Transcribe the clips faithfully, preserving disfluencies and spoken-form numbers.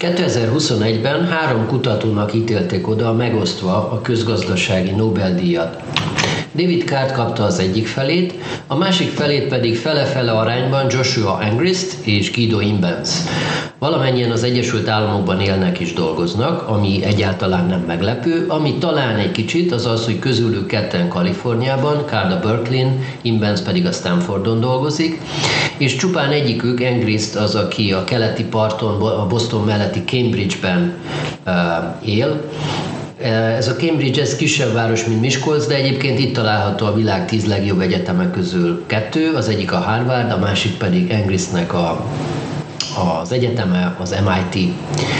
kétezer-huszonegyben három kutatónak ítélték oda megosztva a közgazdasági Nobel-díjat. David Card kapta az egyik felét, a másik felét pedig fele-fele arányban Joshua Angrist és Guido Imbens. Valamennyien az Egyesült Államokban élnek és dolgoznak, ami egyáltalán nem meglepő, ami talán egy kicsit az az, hogy közülük ketten Kaliforniában, Card a Berkeley-n, Imbens pedig a Stanfordon dolgozik, és csupán egyikük, Angrist az, aki a keleti parton, a Boston melletti Cambridge-ben uh, él. Ez a Cambridge, ez kisebb város, mint Miskolc, de egyébként itt található a világ tíz legjobb egyetemek közül kettő, az egyik a Harvard, a másik pedig Angristnek a, az egyeteme, az em i té.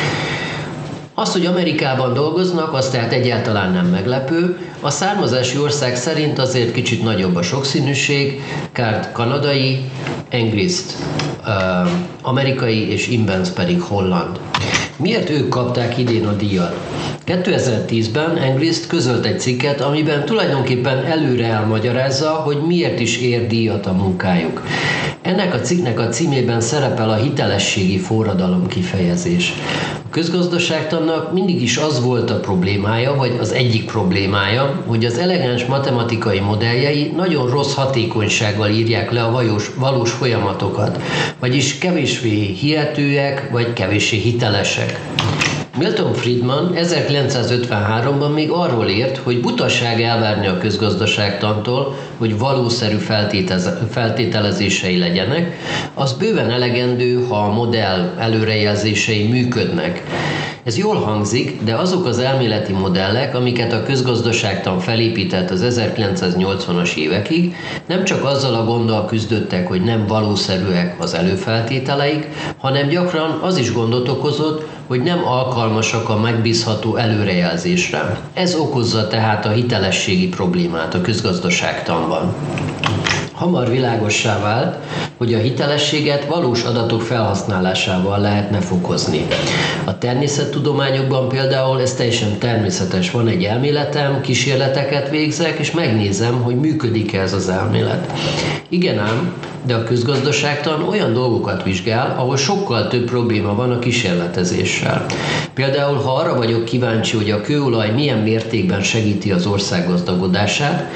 Az, hogy Amerikában dolgoznak, az tehát egyáltalán nem meglepő. A származási ország szerint azért kicsit nagyobb a sokszínűség, Card kanadai, Angrist uh, amerikai és Imbens pedig holland. Miért ők kapták idén a díjat? kétezer-tízben Angrist közölt egy cikket, amiben tulajdonképpen előre elmagyarázza, hogy miért is ér díjat a munkájuk. Ennek a cikknek a címében szerepel a hitelességi forradalom kifejezés. A közgazdaságtannak mindig is az volt a problémája, vagy az egyik problémája, hogy az elegáns matematikai modelljei nagyon rossz hatékonysággal írják le a valós, valós folyamatokat, vagyis kevésbé hihetőek, vagy kevéssé hitelesek. Milton Friedman ezerkilencszázötvenháromban még arról írt, hogy butaság elvárni a közgazdaságtantól, hogy valószerű feltételezései legyenek, az bőven elegendő, ha a modell előrejelzései működnek. Ez jól hangzik, de azok az elméleti modellek, amiket a közgazdaságtan felépített az ezerkilencszáznyolcvanas évekig, nem csak azzal a gonddal küzdöttek, hogy nem valószerűek az előfeltételeik, hanem gyakran az is gondot okozott, hogy nem alkalmasak a megbízható előrejelzésre. Ez okozza tehát a hitelességi problémát a közgazdaságtanban. Hamar világossá vált, hogy a hitelességet valós adatok felhasználásával lehetne fokozni. A természettudományokban például ez teljesen természetes. Van egy elméletem, kísérleteket végzek, és megnézem, hogy működik-e ez az elmélet. Igen ám, de a közgazdaságtan olyan dolgokat vizsgál, ahol sokkal több probléma van a kísérletezéssel. Például, ha arra vagyok kíváncsi, hogy a kőolaj milyen mértékben segíti az ország gazdagodását,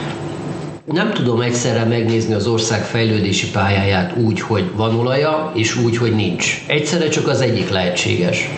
nem tudom egyszerre megnézni az ország fejlődési pályáját úgy, hogy van olaja, és úgy, hogy nincs. Egyszerre csak az egyik lehetséges.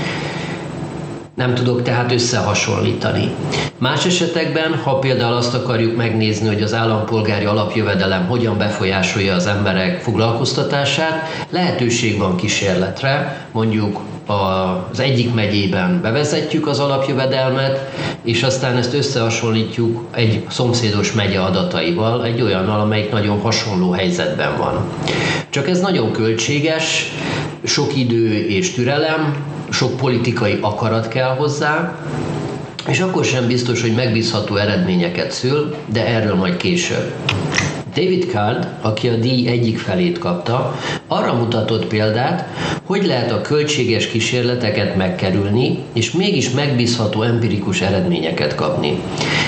Nem tudok tehát összehasonlítani. Más esetekben, ha például azt akarjuk megnézni, hogy az állampolgári alapjövedelem hogyan befolyásolja az emberek foglalkoztatását, lehetőség van kísérletre, mondjuk az egyik megyében bevezetjük az alapjövedelmet, és aztán ezt összehasonlítjuk egy szomszédos megye adataival, egy olyannal, amelyik nagyon hasonló helyzetben van. Csak ez nagyon költséges, sok idő és türelem, sok politikai akarat kell hozzá, és akkor sem biztos, hogy megbízható eredményeket szül, de erről majd később. David Card, aki a díj egyik felét kapta, arra mutatott példát, hogy lehet a költséges kísérleteket megkerülni, és mégis megbízható empirikus eredményeket kapni.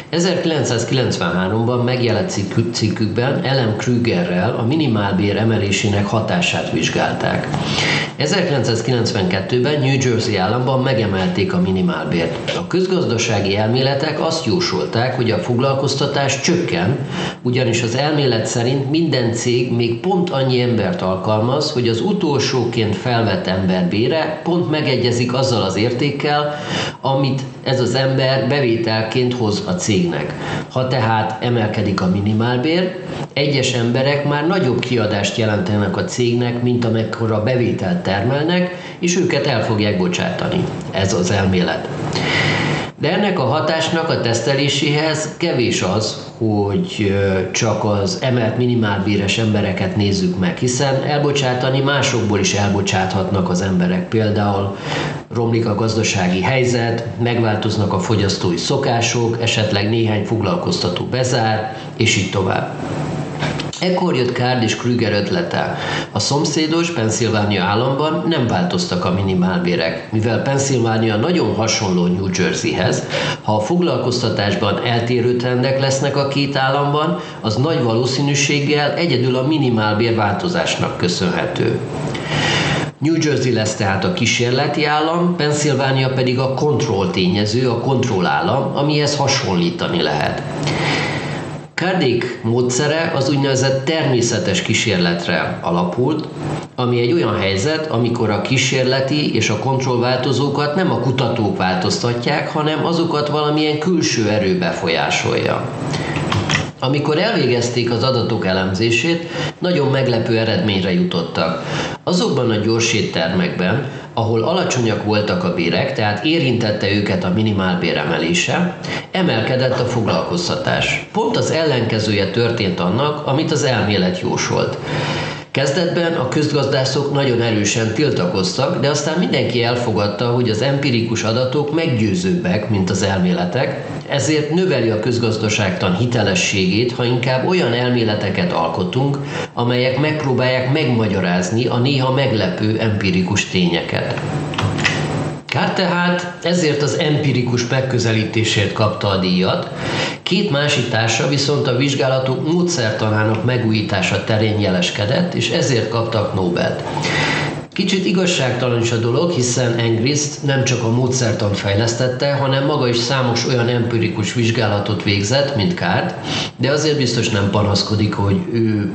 ezerkilencszázkilencvenháromban megjelent cikkükben Alan Krugerrel a minimálbér emelésének hatását vizsgálták. ezerkilencszázkilencvenkettőben New Jersey államban megemelték a minimálbért. A közgazdasági elméletek azt jósolták, hogy a foglalkoztatás csökken, ugyanis az elmélet szerint minden cég még pont annyi embert alkalmaz, hogy az utolsóként felvett ember bére pont megegyezik azzal az értékkel, amit ez az ember bevételként hoz a cégnek. Ha tehát emelkedik a minimálbér, egyes emberek már nagyobb kiadást jelentenek a cégnek, mint amekkora bevételt termelnek, és őket el fogják bocsátani. Ez az elmélet. De ennek a hatásnak a teszteléséhez kevés az, hogy csak az emelt minimálbéres embereket nézzük meg, hiszen elbocsátani másokból is elbocsáthatnak az emberek. Például romlik a gazdasági helyzet, megváltoznak a fogyasztói szokások, esetleg néhány foglalkoztató bezár, és így tovább. Ekkor jött Card és Kruger ötlete. A szomszédos Pennsylvania államban nem változtak a minimálbérek, mivel Pennsylvania nagyon hasonló New Jerseyhez. Ha a foglalkoztatásban eltérő trendek lesznek a két államban, az nagy valószínűséggel egyedül a minimálbér változásnak köszönhető. New Jersey lesz tehát a kísérleti állam, Pennsylvania pedig a kontroll tényező, a kontrollállam, amihez hasonlítani lehet. Kardék módszere az úgynevezett természetes kísérletre alapult, ami egy olyan helyzet, amikor a kísérleti és a kontrollváltozókat nem a kutatók változtatják, hanem azokat valamilyen külső erő befolyásolja. Amikor elvégezték az adatok elemzését, nagyon meglepő eredményre jutottak. Azokban a gyors éttermekben, ahol alacsonyak voltak a bérek, tehát érintette őket a minimálbér emelése, emelkedett a foglalkoztatás. Pont az ellenkezője történt annak, amit az elmélet jósolt. Kezdetben a közgazdászok nagyon erősen tiltakoztak, de aztán mindenki elfogadta, hogy az empirikus adatok meggyőzőbbek, mint az elméletek, ezért növeli a közgazdaságtan hitelességét, ha inkább olyan elméleteket alkotunk, amelyek megpróbálják megmagyarázni a néha meglepő empirikus tényeket. Kár tehát ezért az empirikus megközelítésért kapta a díjat, két másik társa viszont a vizsgálatok módszertanának megújítása terén jeleskedett, és ezért kaptak Nobelt. Kicsit igazságtalan is a dolog, hiszen Engrist nem csak a módszertant fejlesztette, hanem maga is számos olyan empirikus vizsgálatot végzett, mint Card, de azért biztos nem panaszkodik, hogy ő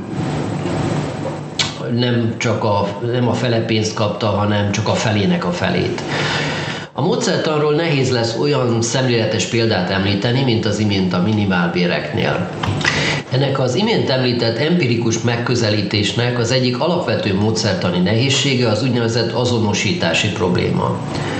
nem csak a, nem a fele pénzt kapta, hanem csak a felének a felét. A módszertanról nehéz lesz olyan szemléletes példát említeni, mint az imént a minimálbéreknél. Ennek az imént említett empirikus megközelítésnek az egyik alapvető módszertani nehézsége az úgynevezett azonosítási probléma.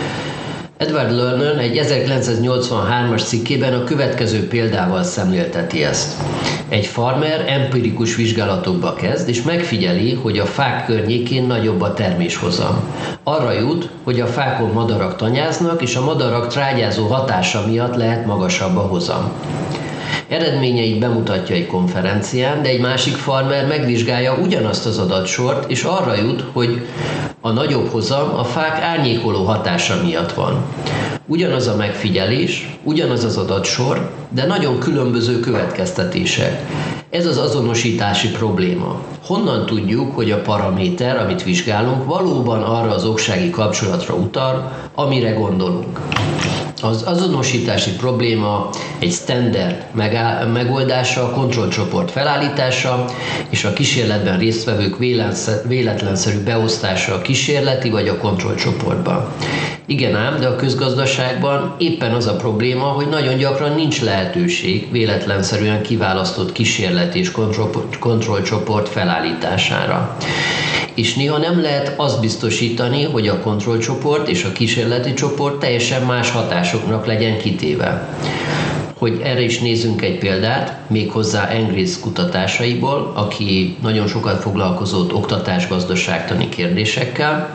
Edward Lerner egy ezerkilencszáznyolcvanhármas cikkében a következő példával szemlélteti ezt. Egy farmer empirikus vizsgálatokba kezd, és megfigyeli, hogy a fák környékén nagyobb a terméshozam. Arra jut, hogy a fákon madarak tanyáznak, és a madarak trágyázó hatása miatt lehet magasabb a hozam. Eredményeit bemutatja egy konferencián, de egy másik farmer megvizsgálja ugyanazt az adatsort, és arra jut, hogy a nagyobb hozam a fák árnyékoló hatása miatt van. Ugyanaz a megfigyelés, ugyanaz az adatsor, de nagyon különböző következtetések. Ez az azonosítási probléma. Honnan tudjuk, hogy a paraméter, amit vizsgálunk, valóban arra az oksági kapcsolatra utal, amire gondolunk? Az azonosítási probléma egy standard megoldása, a kontrollcsoport felállítása és a kísérletben résztvevők véletlenszerű beosztása a kísérleti vagy a kontrollcsoportban. Igen ám, de a közgazdaságban éppen az a probléma, hogy nagyon gyakran nincs lehetőség véletlenszerűen kiválasztott kísérleti és kontrollcsoport felállítására. És néha nem lehet azt biztosítani, hogy a kontrollcsoport és a kísérleti csoport teljesen más hatásoknak legyen kitéve. Hogy erre is nézzünk egy példát, méghozzá Engrist kutatásaiból, aki nagyon sokat foglalkozott oktatás-gazdaságtani kérdésekkel,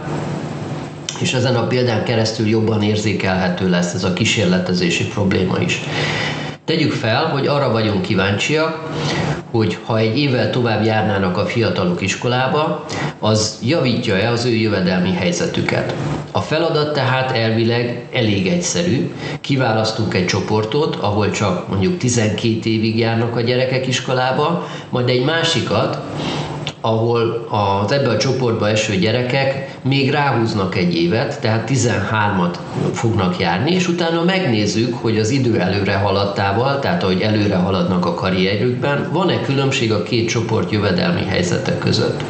és ezen a példán keresztül jobban érzékelhető lesz ez a kísérletezési probléma is. Tegyük fel, hogy arra vagyunk kíváncsiak, hogy ha egy évvel tovább járnának a fiatalok iskolába, az javítja-e az ő jövedelmi helyzetüket. A feladat tehát elvileg elég egyszerű. Kiválasztunk egy csoportot, ahol csak mondjuk tizenkét évig járnak a gyerekek iskolába, majd egy másikat, ahol az ebbe a csoportba eső gyerekek még ráhúznak egy évet, tehát tizenhármat fognak járni, és utána megnézzük, hogy az idő előre haladtával, tehát ahogy előre haladnak a karrierjükben, van-e különbség a két csoport jövedelmi helyzetek között.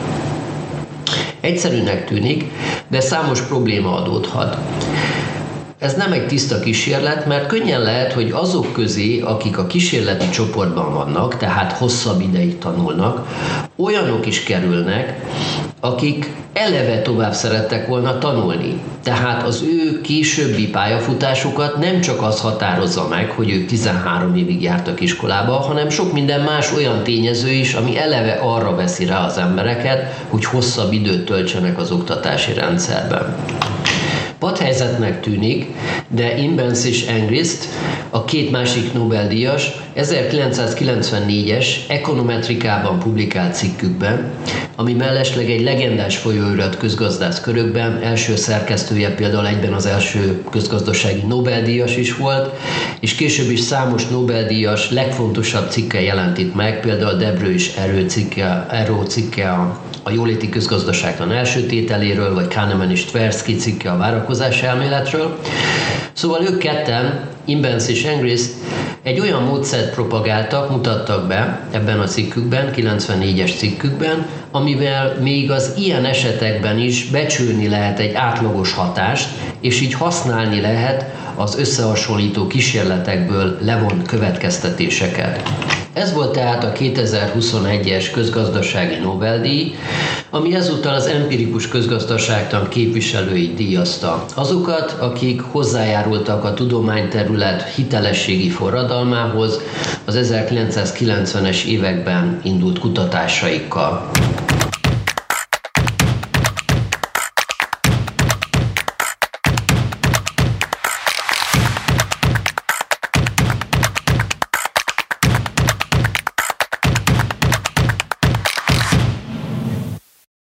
Egyszerűnek tűnik, de számos probléma adódhat. Ez nem egy tiszta kísérlet, mert könnyen lehet, hogy azok közé, akik a kísérleti csoportban vannak, tehát hosszabb ideig tanulnak, olyanok is kerülnek, akik eleve tovább szerettek volna tanulni. Tehát az ő későbbi pályafutásukat nem csak az határozza meg, hogy ők tizenhárom évig jártak iskolába, hanem sok minden más olyan tényező is, ami eleve arra veszi rá az embereket, hogy hosszabb időt töltsenek az oktatási rendszerben. Padhelyzetnek tűnik, de Imbens és Engrist, a két másik Nobel-díjas ezerkilencszázkilencvennégyes Ekonometrikában publikált cikkükben, ami mellesleg egy legendás folyóirat közgazdász körökben, első szerkesztője például egyben az első közgazdasági Nobel-díjas is volt, és később is számos Nobel-díjas legfontosabb cikke jelent itt meg, például Debreu és Arrow cikke, Arrow cikke a a jóléti közgazdaságtan első tételéről, vagy Kahneman és Tversky cikke a várakozás elméletről. Szóval ők ketten, Imbens és Angrist, egy olyan módszert propagáltak, mutattak be ebben a cikkükben, kilencvennégyes cikkükben, amivel még az ilyen esetekben is becsülni lehet egy átlagos hatást, és így használni lehet az összehasonlító kísérletekből levont következtetéseket. Ez volt tehát a kétezer-huszonegyes közgazdasági Nobel-díj, ami ezúttal az empirikus közgazdaságtan képviselőit díjazta. Azokat, akik hozzájárultak a tudományterület hitelességi forradalmához az ezerkilencszázkilencvenes években indult kutatásaikkal.